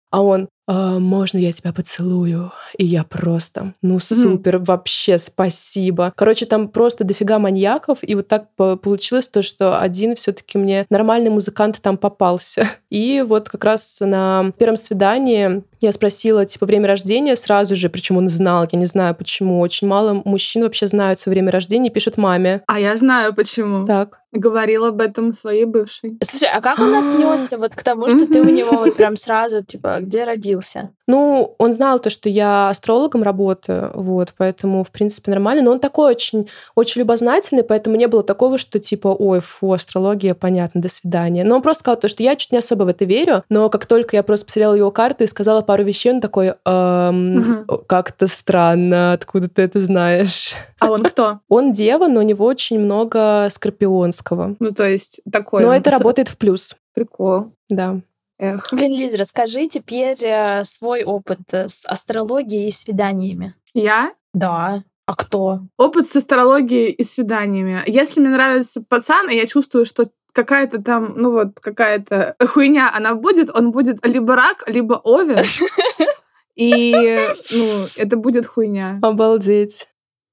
Speaker 3: А он: «А, можно я тебя поцелую?» И я просто: ну супер, вообще спасибо. Короче, там просто дофига маньяков, и вот так по- получилось то, что один все-таки мне нормальный музыкант там попался. И вот как раз на первом свидании я спросила, типа, время рождения сразу же, причем он знал, я не знаю почему. Очень мало мужчин вообще знают свое время рождения и пишут маме.
Speaker 2: А я знаю почему.
Speaker 3: Так.
Speaker 2: Говорил об этом своей бывшей.
Speaker 1: Слушай, а как он отнесся вот к тому, что ты у него вот прям сразу, типа, где родился?
Speaker 3: Ну, он знал то, что я астрологом работаю, вот, поэтому, в принципе, нормально. Но он такой очень, очень любознательный, поэтому не было такого, что типа, ой, фу, астрология, понятно, до свидания. Но он просто сказал то, что я чуть не особо в это верю, но как только я просто посмотрела его карту и сказала пару вещей, он такой: «Эм, как-то странно, откуда ты это знаешь?»
Speaker 2: А он кто?
Speaker 3: Он дева, но у него очень много скорпионского.
Speaker 2: Ну, то есть такой.
Speaker 3: Но
Speaker 2: он
Speaker 3: это
Speaker 2: с-
Speaker 3: работает в плюс,
Speaker 2: Прикол.
Speaker 3: да.
Speaker 2: Эх.
Speaker 1: Блин, Лиз, расскажи теперь э, свой опыт э, с астрологией и свиданиями.
Speaker 2: Я?
Speaker 1: Да. А кто?
Speaker 2: Опыт с астрологией и свиданиями. Если мне нравится пацан, и я чувствую, что какая-то там, ну вот, какая-то хуйня она будет, он будет либо рак, либо овен. И, ну, это будет хуйня.
Speaker 3: Обалдеть.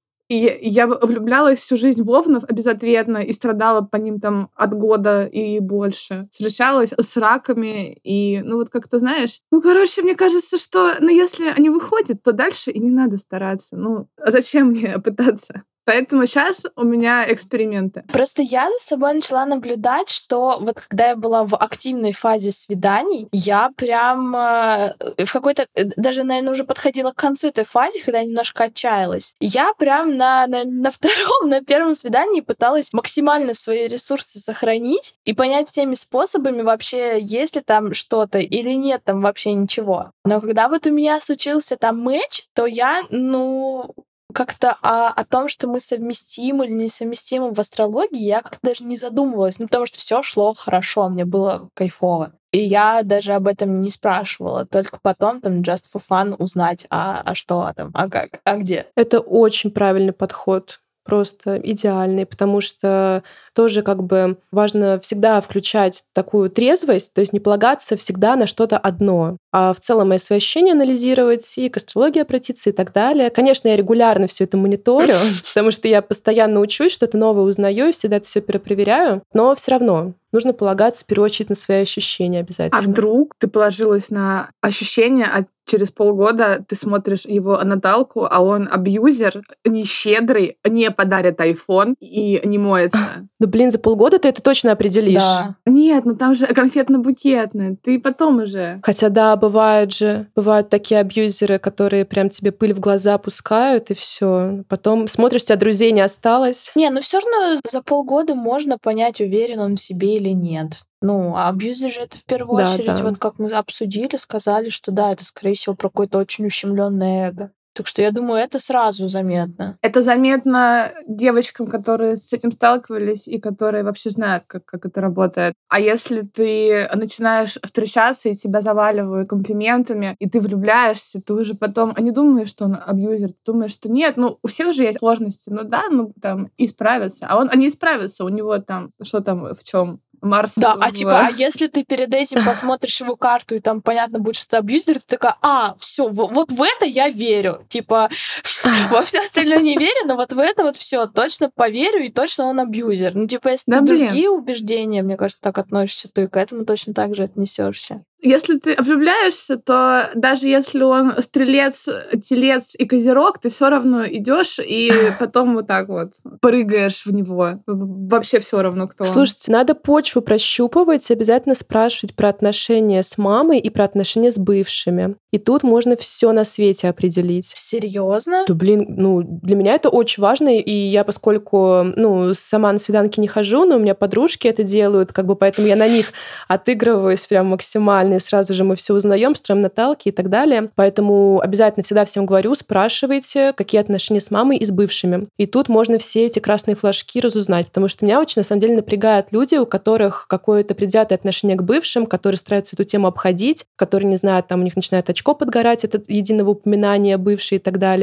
Speaker 2: И я влюблялась всю жизнь в овнов безответно и страдала по ним там от года и больше. Встречалась с раками, и, ну вот как-то, знаешь, ну, короче, мне кажется, что, ну, если они выходят, то дальше и не надо стараться. Ну, а зачем мне пытаться? Поэтому сейчас у меня эксперименты.
Speaker 1: Просто я за собой начала наблюдать, что вот когда я была в активной фазе свиданий, я прям э, в какой-то, э, даже, наверное, уже подходила к концу этой фазы, когда я немножко отчаялась. Я прям на, на, на втором, на первом свидании пыталась максимально свои ресурсы сохранить и понять всеми способами вообще, есть ли там что-то или нет там вообще ничего. Но когда вот у меня случился там матч, то я, ну, как-то о, о том, что мы совместимы или несовместимы в астрологии, я как-то даже не задумывалась, ну, потому что все шло хорошо, мне было кайфово. И я даже об этом не спрашивала, только потом там just for fun узнать, а, а что там, а как, а где.
Speaker 3: Это очень правильный подход. Просто идеальный, потому что тоже как бы важно всегда включать такую трезвость, то есть не полагаться всегда на что-то одно, а в целом мои свои ощущения анализировать и к астрологии обратиться и так далее. Конечно, я регулярно все это мониторю, потому что я постоянно учусь, что-то новое узнаю, и всегда это все перепроверяю, но все равно нужно полагаться в первую очередь на свои ощущения обязательно.
Speaker 2: А вдруг ты положилась на ощущения, а через полгода ты смотришь его наталку, а он абьюзер, не щедрый, не подарит айфон и не моется.
Speaker 3: Ну, блин, за полгода ты это точно определишь.
Speaker 1: Да.
Speaker 2: Нет, ну там же конфетно-букетный. Ты потом уже.
Speaker 3: Хотя да, бывают же, бывают такие абьюзеры, которые прям тебе пыль в глаза пускают, и все. Потом смотришь, у тебя друзей не осталось.
Speaker 1: Не, ну все равно за полгода можно понять, уверен он в себе или нет. Ну, а абьюзер же это в первую
Speaker 3: Да,
Speaker 1: очередь,
Speaker 3: да.
Speaker 1: вот как мы обсудили, сказали, что да, это, скорее всего, про какое-то очень ущемленное эго. Так что я думаю, это сразу заметно.
Speaker 2: Это заметно девочкам, которые с этим сталкивались и которые вообще знают, как, как это работает. А если ты начинаешь встречаться, и тебя заваливают комплиментами, и ты влюбляешься, ты уже потом... А не думаешь, что он абьюзер, ты думаешь, что нет, ну, у всех же есть сложности, ну да, ну, там, и справятся. А он, они справятся, у него там, что там, в чем Марс.
Speaker 1: Да, а
Speaker 2: в-
Speaker 1: типа, а если ты перед этим посмотришь его карту, и там понятно будет, что ты абьюзер, ты такая: а, все, вот в это я верю. Типа, во все остальное не верю, но вот в это вот все точно поверю, и точно он абьюзер. Ну, типа, если
Speaker 2: Да,
Speaker 1: ты
Speaker 2: блин.
Speaker 1: другие убеждения, мне кажется, так относишься, то и к этому точно так же отнесешься.
Speaker 2: Если ты влюбляешься, то даже если он стрелец, телец и козерог, ты все равно идешь и потом вот так вот прыгаешь в него. Вообще все равно, кто он.
Speaker 3: Слушайте, надо почву прощупывать, обязательно спрашивать про отношения с мамой и про отношения с бывшими. И тут можно все на свете определить.
Speaker 1: Серьезно?
Speaker 3: Да, блин, ну, для меня это очень важно, и я, поскольку, ну, сама на свиданки не хожу, но у меня подружки это делают, как бы, поэтому я на них отыгрываюсь прям максимально, и сразу же мы все узнаем, строим наталки и так далее. Поэтому обязательно всегда всем говорю, спрашивайте, какие отношения с мамой и с бывшими. И тут можно все эти красные флажки разузнать, потому что меня очень, на самом деле, напрягают люди, у которых какое-то предвзятое отношение к бывшим, которые стараются эту тему обходить, которые, не знаю, там у них начинает очко подгорать от единого упоминания бывшей и так далее.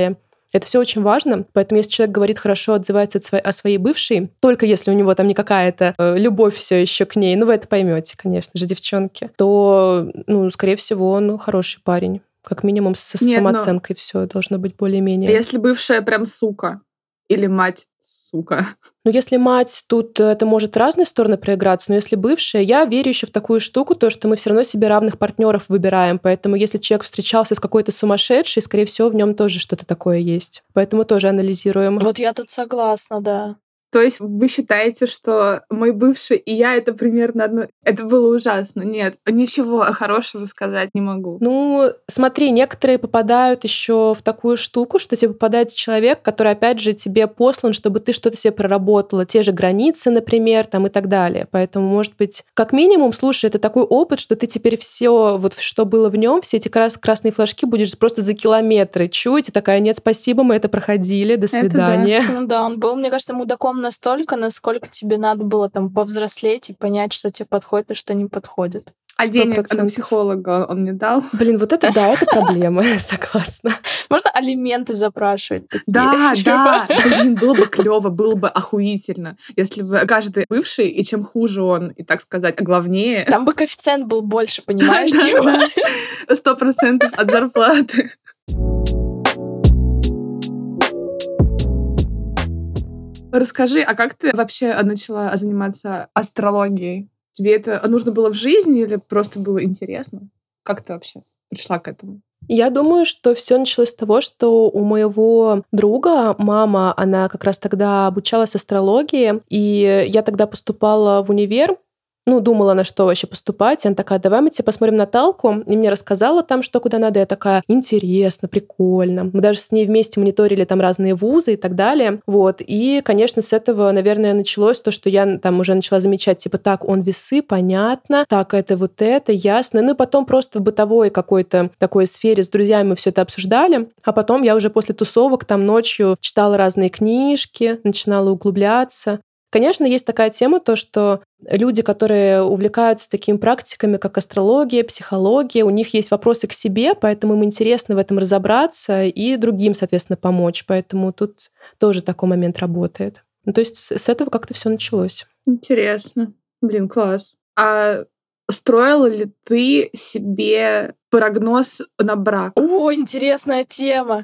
Speaker 3: Это все очень важно, поэтому если человек говорит хорошо, отзывается от своей, о своей бывшей, только если у него там не какая-то э, любовь все еще к ней, ну вы это поймете, конечно же, девчонки, то, ну, скорее всего, он хороший парень. Как минимум с
Speaker 2: Нет,
Speaker 3: самооценкой но... все должно быть более-менее.
Speaker 2: А если бывшая прям сука или мать сука?
Speaker 3: Ну, если мать, тут это может в разные стороны проиграться, но если бывшая, я верю еще в такую штуку, то, что мы все равно себе равных партнеров выбираем, поэтому если человек встречался с какой-то сумасшедшей, скорее всего, в нем тоже что-то такое есть. Поэтому тоже анализируем.
Speaker 1: Вот я тут согласна, да.
Speaker 2: То есть вы считаете, что мой бывший и я — это примерно одно... Это было ужасно. Нет, ничего хорошего сказать не могу.
Speaker 3: Ну, смотри, некоторые попадают еще в такую штуку, что тебе попадается человек, который, опять же, тебе послан, чтобы ты что-то себе проработала. Те же границы, например, там и так далее. Поэтому, может быть, как минимум, слушай, это такой опыт, что ты теперь все, вот что было в нем, все эти крас- красные флажки будешь просто за километры чуять, и такая: нет, спасибо, мы это проходили, до свидания.
Speaker 1: Это да. Ну да, он был, мне кажется, мудаком настолько, насколько тебе надо было там повзрослеть и понять, что тебе подходит и что не подходит.
Speaker 2: А денег на психолога он не дал?
Speaker 3: Блин, вот это да, это проблема, согласна.
Speaker 1: Можно алименты запрашивать?
Speaker 2: Да, да. Блин, было бы клево, было бы охуительно, если бы каждый бывший, и чем хуже он, и так сказать, а главнее...
Speaker 1: Там бы коэффициент был больше, понимаешь?
Speaker 2: Сто процентов от зарплаты. Расскажи, а как ты вообще начала заниматься астрологией? Тебе это нужно было в жизни или просто было интересно? Как ты вообще пришла к этому?
Speaker 3: Я думаю, что все началось с того, что у моего друга мама, она как раз тогда обучалась астрологии, и я тогда поступала в универ. Ну, думала, на что вообще поступать. И она такая: давай мы тебе посмотрим Наталку. И мне рассказала там, что куда надо. Я такая: интересно, прикольно. Мы даже с ней вместе мониторили там разные вузы и так далее. Вот. И, конечно, с этого, наверное, началось то, что я там уже начала замечать, типа, так, он весы, понятно. Так, это вот это, ясно. Ну, и потом просто в бытовой какой-то такой сфере с друзьями мы все это обсуждали. А потом я уже после тусовок там ночью читала разные книжки, начинала углубляться. Конечно, есть такая тема, то, что люди, которые увлекаются такими практиками, как астрология, психология, у них есть вопросы к себе, поэтому им интересно в этом разобраться и другим, соответственно, помочь. Поэтому тут тоже такой момент работает. Ну, то есть с этого как-то все началось.
Speaker 2: Интересно. Блин, класс. А строила ли ты себе прогноз на брак?
Speaker 1: О, интересная тема.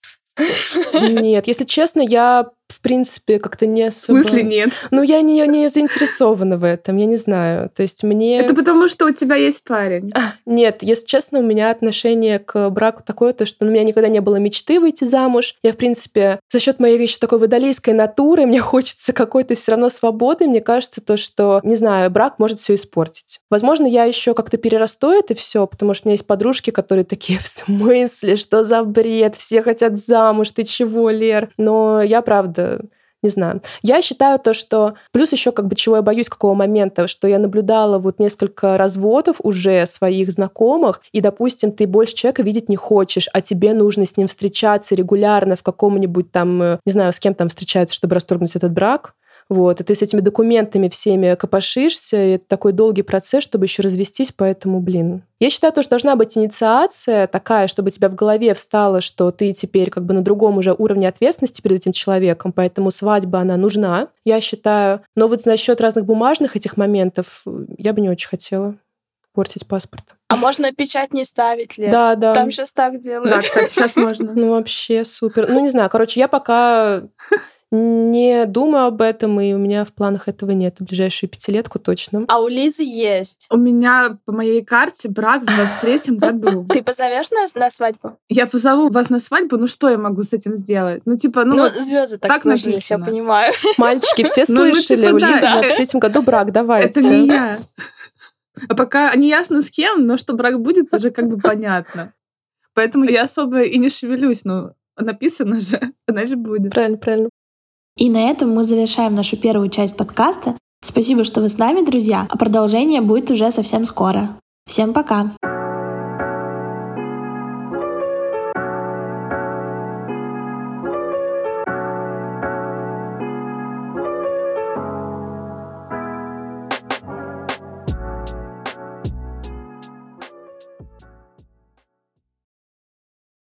Speaker 3: Нет, если честно, я в принципе как-то не особо...
Speaker 2: В смысле нет?
Speaker 3: Ну, я не, не заинтересована в этом, я не знаю. То есть мне...
Speaker 2: Это потому, что у тебя есть парень?
Speaker 3: Нет, если честно, у меня отношение к браку такое, то, что у меня никогда не было мечты выйти замуж. Я, в принципе, за счет моей еще такой водолейской натуры, мне хочется какой-то все равно свободы. Мне кажется, то, что, не знаю, брак может все испортить. Возможно, я еще как-то перерасту это все, потому что у меня есть подружки, которые такие: в смысле, что за бред? Все хотят замуж, ты чего, Лер? Но я, правда, не знаю. Я считаю то, что... Плюс еще как бы чего я боюсь, какого момента, что я наблюдала вот несколько разводов уже своих знакомых, и, допустим, ты больше человека видеть не хочешь, а тебе нужно с ним встречаться регулярно в каком-нибудь там, не знаю, с кем там встречаются, чтобы расторгнуть этот брак. Вот, и ты с этими документами всеми копошишься, и это такой долгий процесс, чтобы еще развестись, поэтому, блин. Я считаю, что должна быть инициация такая, чтобы у тебя в голове встало, что ты теперь как бы на другом уже уровне ответственности перед этим человеком, поэтому свадьба, она нужна, я считаю. Но вот насчет разных бумажных этих моментов я бы не очень хотела портить паспорт.
Speaker 1: А можно печать не ставить, Лер?
Speaker 3: Да, да.
Speaker 1: Там сейчас так делают.
Speaker 2: Да, кстати, сейчас можно.
Speaker 3: Ну, вообще супер. Ну, не знаю, короче, я пока... не думаю об этом, и у меня в планах этого нет. В ближайшую пятилетку точно.
Speaker 1: А у Лизы есть.
Speaker 2: У меня по моей карте брак в двадцать третьем году.
Speaker 1: Ты позовешь нас на свадьбу?
Speaker 2: Я позову вас на свадьбу, ну что я могу с этим сделать? Ну, типа, ну...
Speaker 1: Ну,
Speaker 2: вот
Speaker 1: звезды так,
Speaker 2: так
Speaker 1: сложились, я
Speaker 2: написано.
Speaker 1: понимаю.
Speaker 3: Мальчики, все
Speaker 2: Ну, ну,
Speaker 3: слышали,
Speaker 2: типа,
Speaker 3: у
Speaker 2: да,
Speaker 3: Лизы в
Speaker 2: это-
Speaker 3: двадцать третьем году брак, давайте.
Speaker 2: Это не я. А пока не ясно с кем, но что брак будет, уже как бы понятно. Поэтому я особо и не шевелюсь. Ну, написано же, значит будет.
Speaker 3: Правильно, правильно.
Speaker 4: И на этом мы завершаем нашу первую часть подкаста. Спасибо, что вы с нами, друзья, а продолжение будет уже совсем скоро. Всем пока!